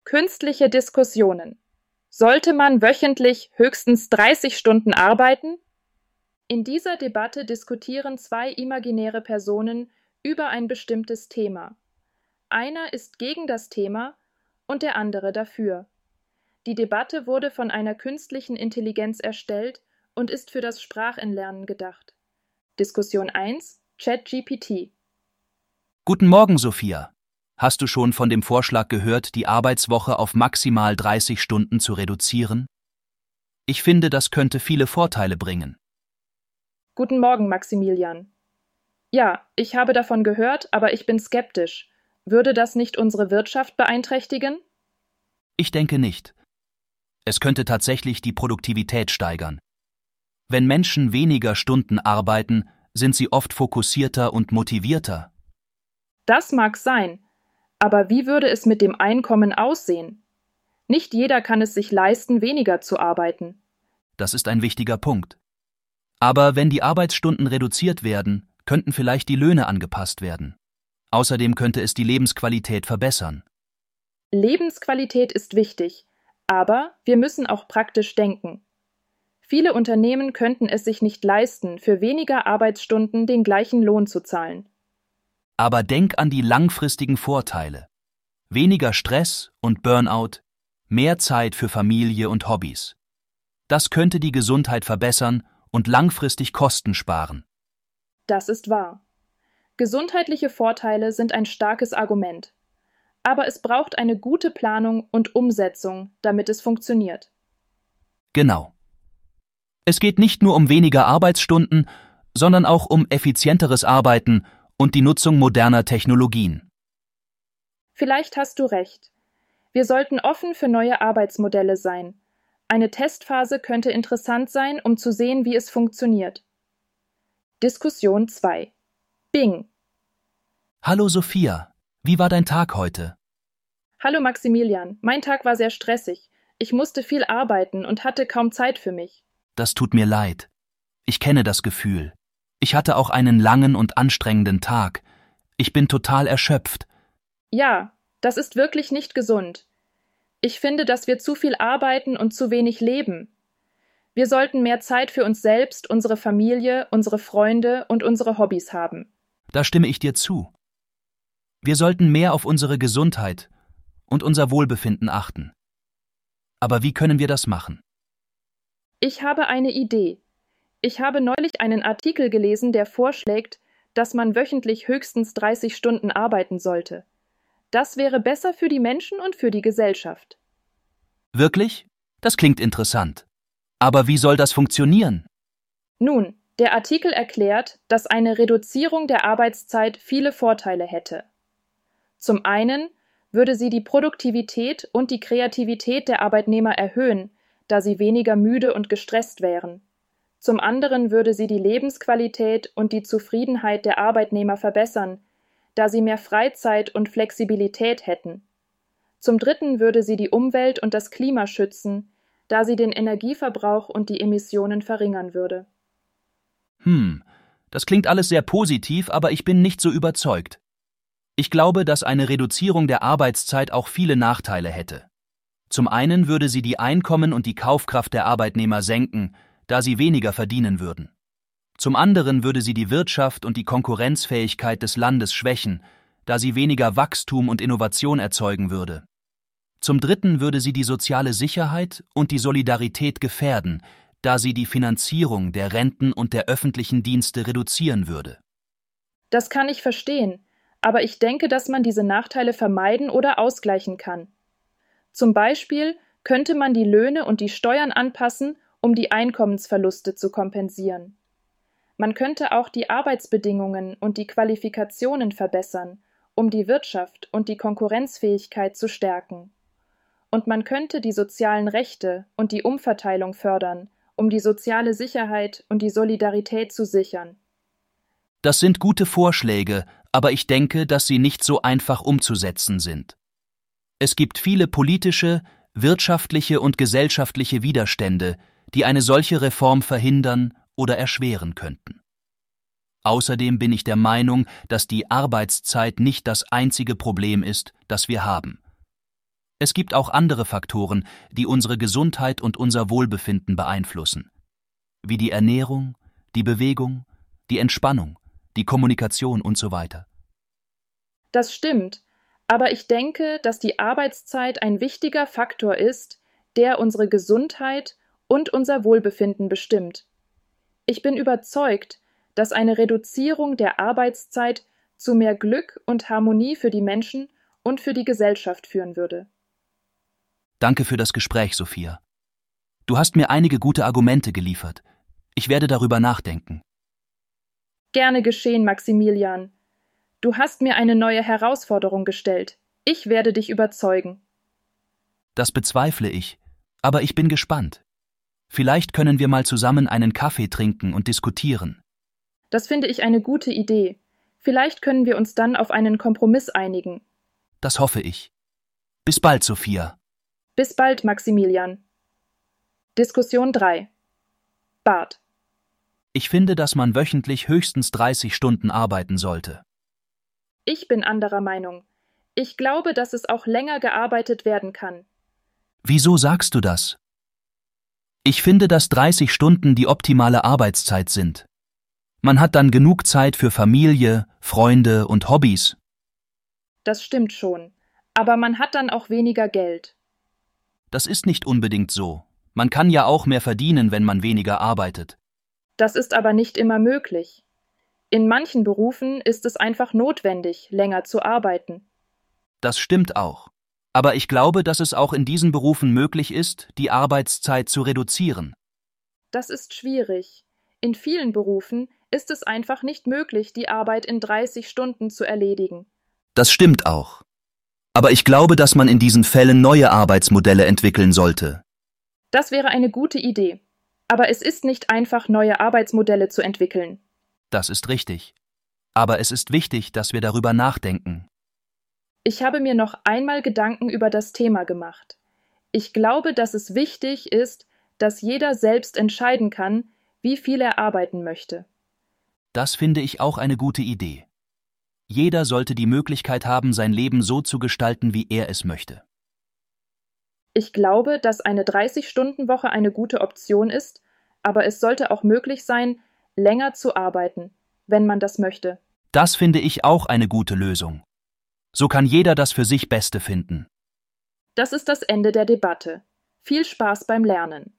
Künstliche Diskussionen. Sollte man wöchentlich höchstens 30 Stunden arbeiten? In dieser Debatte diskutieren zwei imaginäre Personen über ein bestimmtes Thema. Einer ist gegen das Thema und der andere dafür. Die Debatte wurde von einer künstlichen Intelligenz erstellt und ist für das Sprachenlernen gedacht. Diskussion 1: ChatGPT. Guten Morgen, Sophia. Hast du schon von dem Vorschlag gehört, die Arbeitswoche auf maximal 30 Stunden zu reduzieren? Ich finde, das könnte viele Vorteile bringen. Guten Morgen, Maximilian. Ja, ich habe davon gehört, aber ich bin skeptisch. Würde das nicht unsere Wirtschaft beeinträchtigen? Ich denke nicht. Es könnte tatsächlich die Produktivität steigern. Wenn Menschen weniger Stunden arbeiten, sind sie oft fokussierter und motivierter. Das mag sein, aber wie würde es mit dem Einkommen aussehen? Nicht jeder kann es sich leisten, weniger zu arbeiten. Das ist ein wichtiger Punkt. Aber wenn die Arbeitsstunden reduziert werden, könnten vielleicht die Löhne angepasst werden. Außerdem könnte es die Lebensqualität verbessern. Lebensqualität ist wichtig, aber wir müssen auch praktisch denken. Viele Unternehmen könnten es sich nicht leisten, für weniger Arbeitsstunden den gleichen Lohn zu zahlen. Aber denk an die langfristigen Vorteile. Weniger Stress und Burnout, mehr Zeit für Familie und Hobbys. Das könnte die Gesundheit verbessern und langfristig Kosten sparen. Das ist wahr. Gesundheitliche Vorteile sind ein starkes Argument. Aber es braucht eine gute Planung und Umsetzung, damit es funktioniert. Genau. Es geht nicht nur um weniger Arbeitsstunden, sondern auch um effizienteres Arbeiten und die Nutzung moderner Technologien. Vielleicht hast du recht. Wir sollten offen für neue Arbeitsmodelle sein. Eine Testphase könnte interessant sein, um zu sehen, wie es funktioniert. Diskussion 2. Bing. Hallo Sophia, wie war dein Tag heute? Hallo Maximilian, mein Tag war sehr stressig. Ich musste viel arbeiten und hatte kaum Zeit für mich. Das tut mir leid. Ich kenne das Gefühl. Ich hatte auch einen langen und anstrengenden Tag. Ich bin total erschöpft. Ja, das ist wirklich nicht gesund. Ich finde, dass wir zu viel arbeiten und zu wenig leben. Wir sollten mehr Zeit für uns selbst, unsere Familie, unsere Freunde und unsere Hobbys haben. Da stimme ich dir zu. Wir sollten mehr auf unsere Gesundheit und unser Wohlbefinden achten. Aber wie können wir das machen? Ich habe eine Idee. Ich habe neulich einen Artikel gelesen, der vorschlägt, dass man wöchentlich höchstens 30 Stunden arbeiten sollte. Das wäre besser für die Menschen und für die Gesellschaft. Wirklich? Das klingt interessant. Aber wie soll das funktionieren? Nun, der Artikel erklärt, dass eine Reduzierung der Arbeitszeit viele Vorteile hätte. Zum einen würde sie die Produktivität und die Kreativität der Arbeitnehmer erhöhen, da sie weniger müde und gestresst wären. Zum anderen würde sie die Lebensqualität und die Zufriedenheit der Arbeitnehmer verbessern, da sie mehr Freizeit und Flexibilität hätten. Zum dritten würde sie die Umwelt und das Klima schützen, da sie den Energieverbrauch und die Emissionen verringern würde. Das klingt alles sehr positiv, aber ich bin nicht so überzeugt. Ich glaube, dass eine Reduzierung der Arbeitszeit auch viele Nachteile hätte. Zum einen würde sie die Einkommen und die Kaufkraft der Arbeitnehmer senken, da sie weniger verdienen würden. Zum anderen würde sie die Wirtschaft und die Konkurrenzfähigkeit des Landes schwächen, da sie weniger Wachstum und Innovation erzeugen würde. Zum dritten würde sie die soziale Sicherheit und die Solidarität gefährden, da sie die Finanzierung der Renten und der öffentlichen Dienste reduzieren würde. Das kann ich verstehen, aber ich denke, dass man diese Nachteile vermeiden oder ausgleichen kann. Zum Beispiel könnte man die Löhne und die Steuern anpassen, um die Einkommensverluste zu kompensieren. Man könnte auch die Arbeitsbedingungen und die Qualifikationen verbessern, um die Wirtschaft und die Konkurrenzfähigkeit zu stärken. Und man könnte die sozialen Rechte und die Umverteilung fördern, um die soziale Sicherheit und die Solidarität zu sichern. Das sind gute Vorschläge, aber ich denke, dass sie nicht so einfach umzusetzen sind. Es gibt viele politische, wirtschaftliche und gesellschaftliche Widerstände, die eine solche Reform verhindern oder erschweren könnten. Außerdem bin ich der Meinung, dass die Arbeitszeit nicht das einzige Problem ist, das wir haben. Es gibt auch andere Faktoren, die unsere Gesundheit und unser Wohlbefinden beeinflussen, wie die Ernährung, die Bewegung, die Entspannung, die Kommunikation und so weiter. Das stimmt, aber ich denke, dass die Arbeitszeit ein wichtiger Faktor ist, der unsere Gesundheit und unser Wohlbefinden bestimmt. Ich bin überzeugt, dass eine Reduzierung der Arbeitszeit zu mehr Glück und Harmonie für die Menschen und für die Gesellschaft führen würde. Danke für das Gespräch, Sophia. Du hast mir einige gute Argumente geliefert. Ich werde darüber nachdenken. Gerne geschehen, Maximilian. Du hast mir eine neue Herausforderung gestellt. Ich werde dich überzeugen. Das bezweifle ich, aber ich bin gespannt. Vielleicht können wir mal zusammen einen Kaffee trinken und diskutieren. Das finde ich eine gute Idee. Vielleicht können wir uns dann auf einen Kompromiss einigen. Das hoffe ich. Bis bald, Sophia. Bis bald, Maximilian. Diskussion 3. Bart. Ich finde, dass man wöchentlich höchstens 30 Stunden arbeiten sollte. Ich bin anderer Meinung. Ich glaube, dass es auch länger gearbeitet werden kann. Wieso sagst du das? Ich finde, dass 30 Stunden die optimale Arbeitszeit sind. Man hat dann genug Zeit für Familie, Freunde und Hobbys. Das stimmt schon. Aber man hat dann auch weniger Geld. Das ist nicht unbedingt so. Man kann ja auch mehr verdienen, wenn man weniger arbeitet. Das ist aber nicht immer möglich. In manchen Berufen ist es einfach notwendig, länger zu arbeiten. Das stimmt auch. Aber ich glaube, dass es auch in diesen Berufen möglich ist, die Arbeitszeit zu reduzieren. Das ist schwierig. In vielen Berufen ist es einfach nicht möglich, die Arbeit in 30 Stunden zu erledigen. Das stimmt auch. Aber ich glaube, dass man in diesen Fällen neue Arbeitsmodelle entwickeln sollte. Das wäre eine gute Idee. Aber es ist nicht einfach, neue Arbeitsmodelle zu entwickeln. Das ist richtig. Aber es ist wichtig, dass wir darüber nachdenken. Ich habe mir noch einmal Gedanken über das Thema gemacht. Ich glaube, dass es wichtig ist, dass jeder selbst entscheiden kann, wie viel er arbeiten möchte. Das finde ich auch eine gute Idee. Jeder sollte die Möglichkeit haben, sein Leben so zu gestalten, wie er es möchte. Ich glaube, dass eine 30-Stunden-Woche eine gute Option ist, aber es sollte auch möglich sein, länger zu arbeiten, wenn man das möchte. Das finde ich auch eine gute Lösung. So kann jeder das für sich Beste finden. Das ist das Ende der Debatte. Viel Spaß beim Lernen.